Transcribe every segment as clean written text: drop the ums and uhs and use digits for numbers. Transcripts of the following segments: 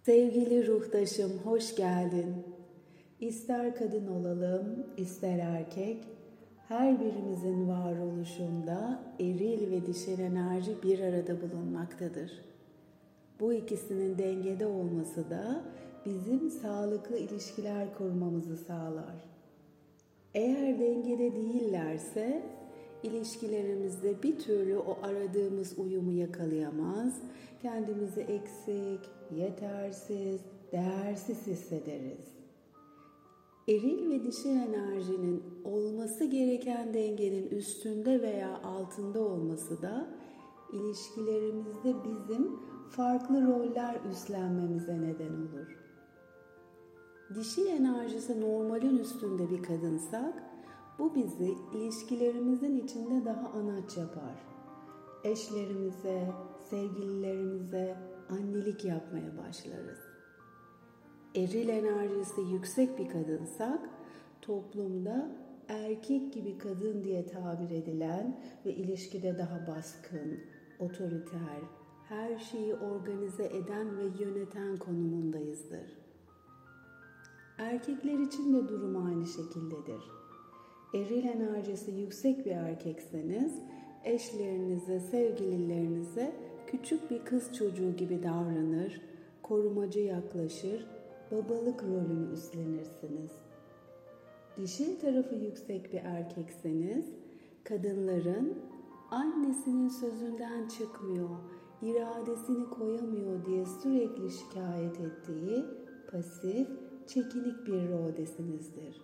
Sevgili ruhtaşım, hoş geldin. İster kadın olalım, ister erkek, her birimizin varoluşunda eril ve dişil enerji bir arada bulunmaktadır. Bu ikisinin dengede olması da bizim sağlıklı ilişkiler kurmamızı sağlar. Eğer dengede değillerse ilişkilerimizde bir türlü o aradığımız uyumu yakalayamaz, kendimizi eksik, yetersiz, değersiz hissederiz. Eril ve dişil enerjinin olması gereken dengenin üstünde veya altında olması da ilişkilerimizde bizim farklı roller üstlenmemize neden olur. Dişil enerjisi normalin üstünde bir kadınsak, bu bizi ilişkilerimizin içinde daha anaç yapar. Eşlerimize, sevgililerimize annelik yapmaya başlarız. Eril enerjisi yüksek bir kadınsak, toplumda erkek gibi kadın diye tabir edilen ve ilişkide daha baskın, otoriter, her şeyi organize eden ve yöneten konumundayızdır. Erkekler için de durum aynı şekildedir. Eril enerjisi yüksek bir erkekseniz, eşlerinize, sevgililerinize küçük bir kız çocuğu gibi davranır, korumacı yaklaşır, babalık rolünü üstlenirsiniz. Dişil tarafı yüksek bir erkekseniz, kadınların annesinin sözünden çıkmıyor, iradesini koyamıyor diye sürekli şikayet ettiği pasif, çekinik bir roldesinizdir.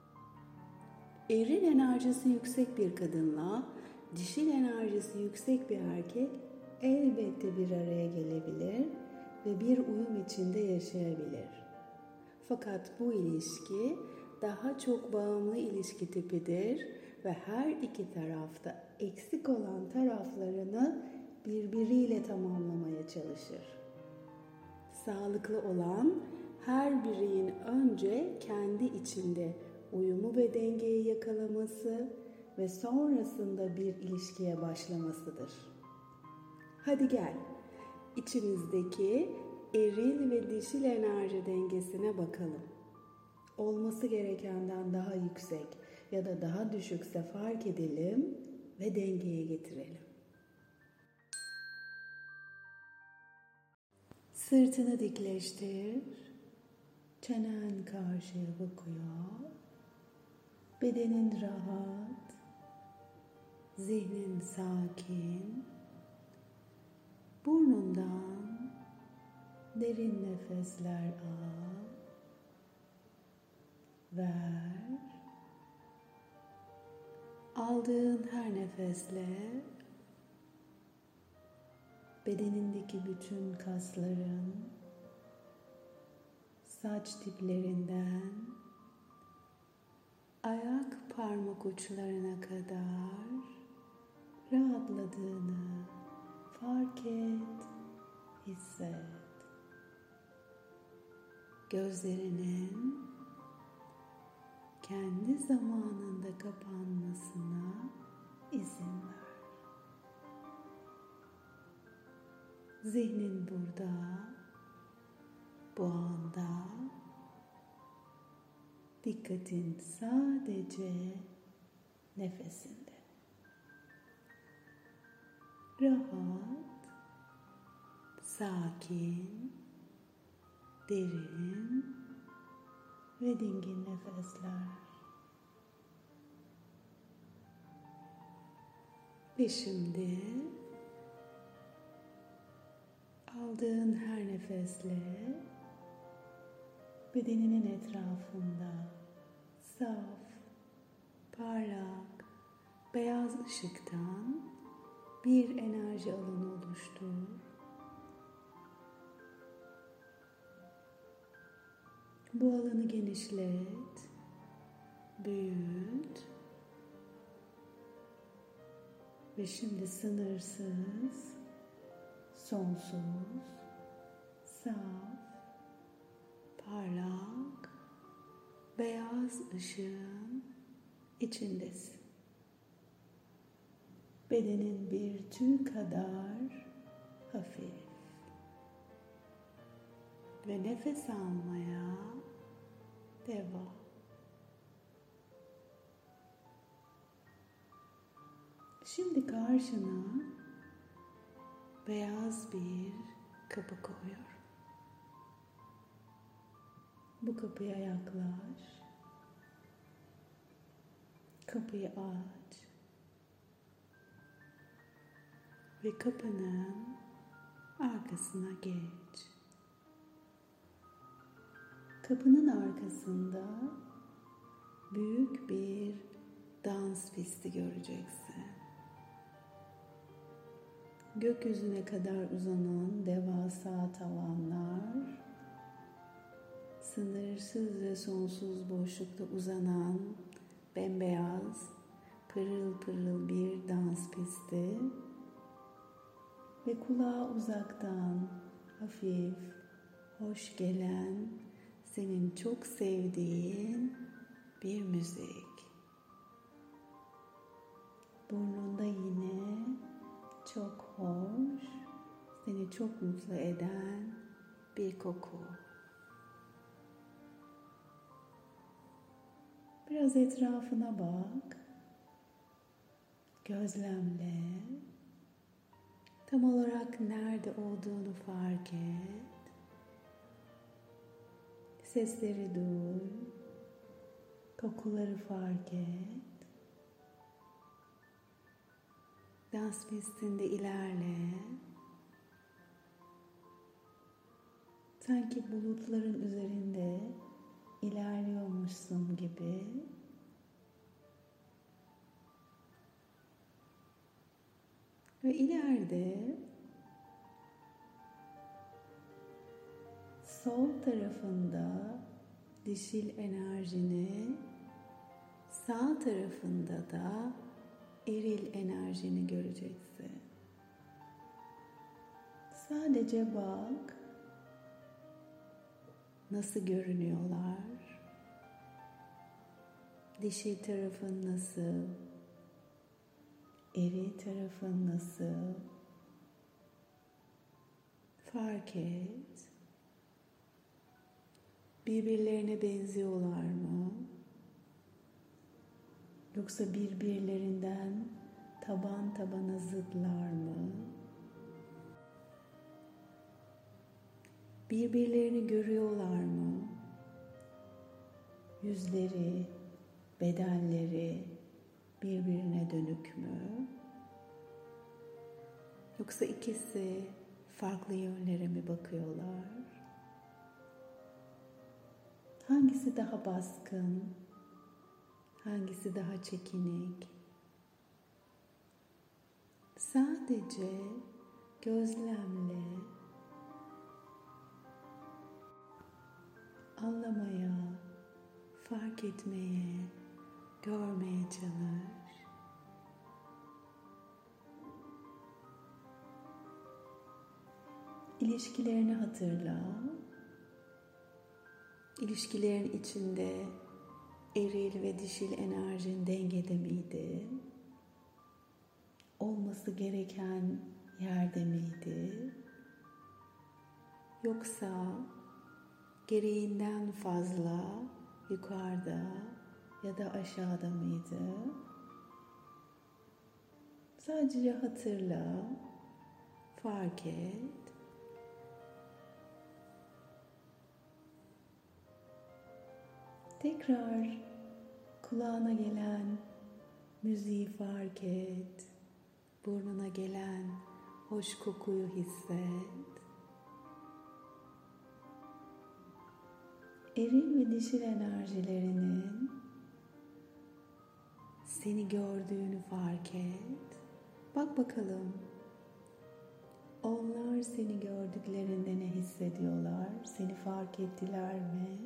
Eril enerjisi yüksek bir kadınla dişil enerjisi yüksek bir erkek elbette bir araya gelebilir ve bir uyum içinde yaşayabilir. Fakat bu ilişki daha çok bağımlı ilişki tipidir ve her iki tarafta eksik olan taraflarını birbiriyle tamamlamaya çalışır. Sağlıklı olan her bireyin önce kendi içinde uyumu ve dengeyi yakalaması ve sonrasında bir ilişkiye başlamasıdır. Hadi gel, içimizdeki eril ve dişil enerji dengesine bakalım. Olması gerekenden daha yüksek ya da daha düşükse fark edelim ve dengeye getirelim. Sırtını dikleştir. Çenen karşıya bakıyor. Bedenin rahat. Zihnin sakin. Burnundan derin nefesler al. Ver. Aldığın her nefesle bedenindeki bütün kasların, saç diplerinden ayak parmak uçlarına kadar rahatladığını fark et, hisset. Gözlerinin kendi zamanında kapanmasına izin ver. Zihnin burada, bu anda. Dikkatin sadece nefesinde. Rahat, sakin, derin ve dingin nefesler. Ve şimdi aldığın her nefesle bedeninin etrafında saf, parlak, beyaz ışıktan bir enerji alanı oluştur. Bu alanı genişlet, büyüt ve şimdi sınırsız, sonsuz, saf, parlak, beyaz ışığın içindesin. Bedenin bir tüy kadar hafif. ve nefes almaya devam. Şimdi karşına beyaz bir kapı koyuyor. Bu kapıya yaklaş. Kapıyı aç. Ve kapının arkasına geç. Kapının arkasında büyük bir dans pisti göreceksin. Gökyüzüne kadar uzanan devasa tavanlar, sınırsız ve sonsuz boşlukta uzanan bembeyaz, pırıl pırıl bir dans pisti ve kulağa uzaktan hafif, hoş gelen, senin çok sevdiğin bir müzik. Burnunda yine çok hoş, seni çok mutlu eden bir koku. Biraz etrafına bak, gözlemle, tam olarak nerede olduğunu fark et, sesleri duy, kokuları fark et, dans pistinde ilerle, sanki bulutların üzerinde ilerliyormuşsun gibi. Ve ileride sol tarafında dişil enerjini, sağ tarafında da eril enerjini göreceksin. Sadece bak, nasıl görünüyorlar? Dişil tarafın nasıl? Eril tarafın nasıl? Fark et. Birbirlerine benziyorlar mı? Yoksa birbirlerinden taban tabana zıtlar mı? Birbirlerini görüyorlar mı? Yüzleri, bedenleri birbirine dönük mü? Yoksa ikisi farklı yönlere mi bakıyorlar? Hangisi daha baskın? Hangisi daha çekinik? Sadece gözlemle, anlamaya, fark etmeye, görmeye çalış. İlişkilerini hatırla. İlişkilerin içinde eril ve dişil enerjin dengede miydi? Olması gereken yerde miydi? Yoksa gereğinden fazla yukarıda ya da aşağıda mıydı? Sadece hatırla, fark et. Tekrar kulağına gelen müziği fark et. Burnuna gelen hoş kokuyu hisset. Eril ve dişil enerjilerinin seni gördüğünü fark et. Bak bakalım, onlar seni gördüklerinde ne hissediyorlar? Seni fark ettiler mi?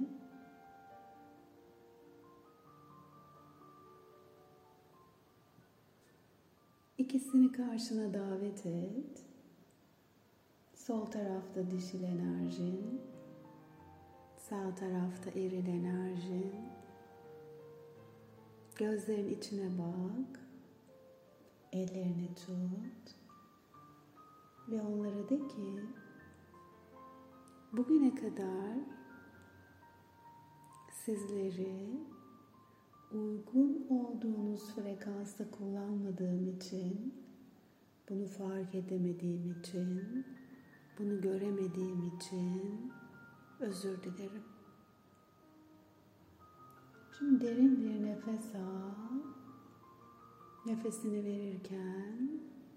İkisini karşına davet et. Sol tarafta dişil enerjin, sağ tarafta eril enerjin. Gözlerin içine bak, ellerini tut ve onlara de ki, Bugüne kadar sizleri uygun olduğunuz frekansta kullanmadığım için, bunu fark edemediğim için, bunu göremediğim için özür dilerim. Şimdi derin bir nefes al. Nefesini verirken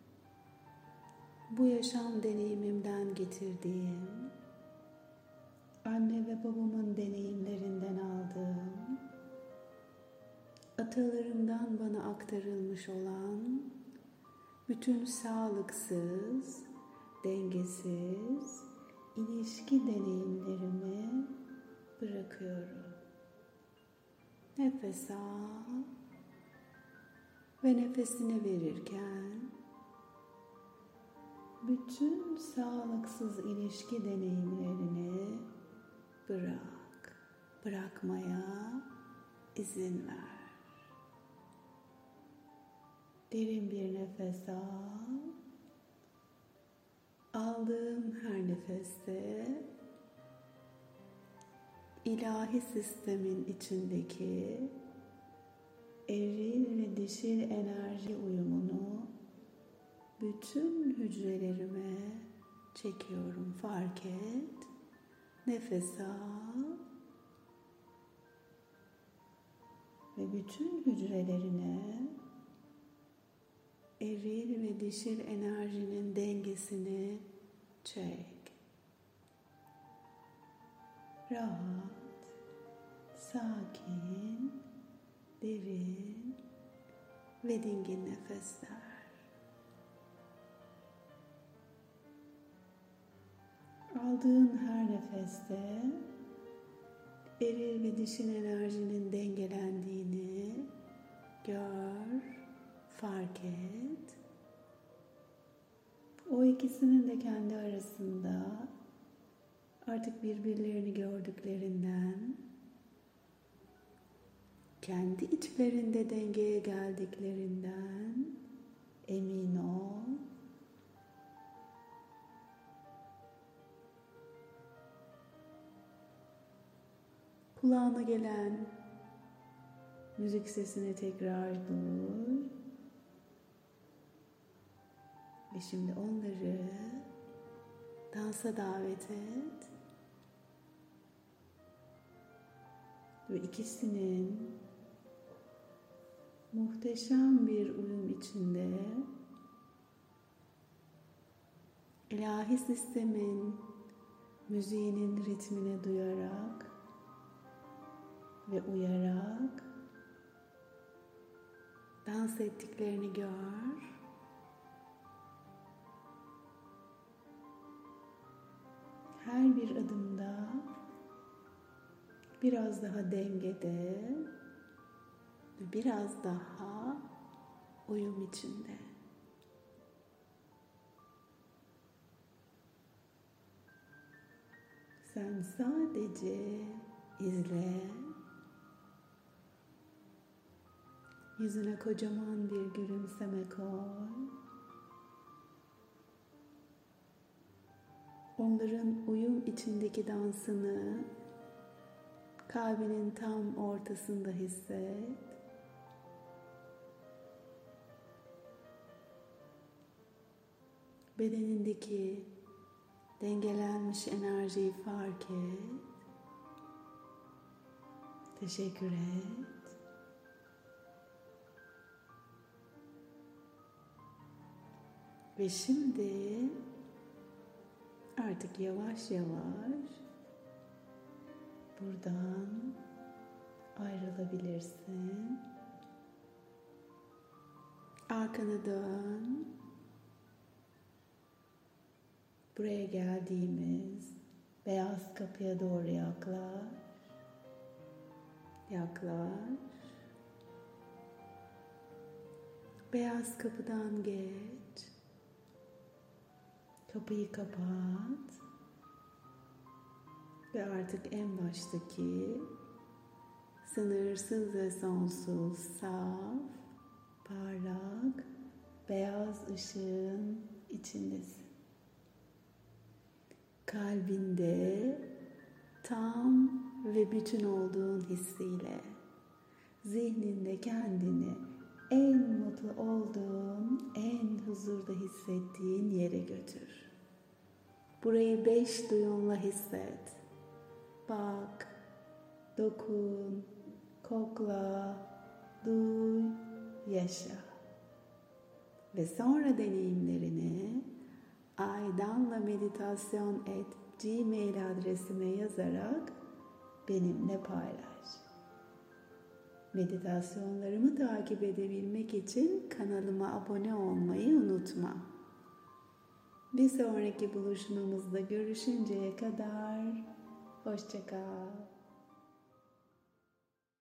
bu yaşam deneyimimden getirdiğim, anne ve babamın deneyimlerinden aldığım, atalarımdan bana aktarılmış olan bütün sağlıksız, dengesiz ilişki deneyimlerimi bırakıyorum. Nefes al ve nefesini verirken bütün sağlıksız ilişki deneyimlerini bırakmaya izin ver. Derin bir nefes al. Aldığım her nefeste ilahi sistemin içindeki eril ve dişil enerji uyumunu bütün hücrelerime çekiyorum. Fark et. Nefes al. Ve bütün hücrelerine eril ve dişil enerjinin dengesini çek. Rahat, sakin, derin ve dingin nefesler. Aldığın her nefeste eril ve dişil enerjinin dengelendiğini gör, fark et. O ikisinin de kendi arasında artık birbirlerini gördüklerinden, kendi içlerinde dengeye geldiklerinden emin ol. Kulağına gelen müzik sesini tekrar duy. Ve şimdi onları dansa davet et. Ve ikisinin muhteşem bir uyum içinde ilahi sistemin müziğinin ritmine duyarak ve uyarak dans ettiklerini gör. Her bir adımda biraz daha dengede ve biraz daha uyum içinde. Sen sadece izle. Yüzüne kocaman bir gülümseme koy. Onların uyum içindeki dansını kalbinin tam ortasında hisset. Bedenindeki dengelenmiş enerjiyi fark et. Teşekkür et. Ve şimdi artık yavaş yavaş buradan ayrılabilirsin. Arkanı dön. Buraya geldiğimiz beyaz kapıya doğru yaklaş. Yaklaş. Beyaz kapıdan geç. Kapıyı kapat. Ve artık en baştaki sınırsız ve sonsuz saf, parlak, beyaz ışığın içindesin. kalbinde tam ve bütün olduğun hissiyle, zihninde kendini en mutlu olduğun, en huzurda hissettiğin yere götür. Burayı 5 duyunla hisset. Bak, dokun, kokla, duy, yaşa. Ve sonra deneyimlerini aydanlameditasyon@gmail adresime yazarak benimle paylaş. Meditasyonlarımı takip edebilmek için kanalıma abone olmayı unutma. Bir sonraki buluşmamızda görüşünceye kadar hoşça kal.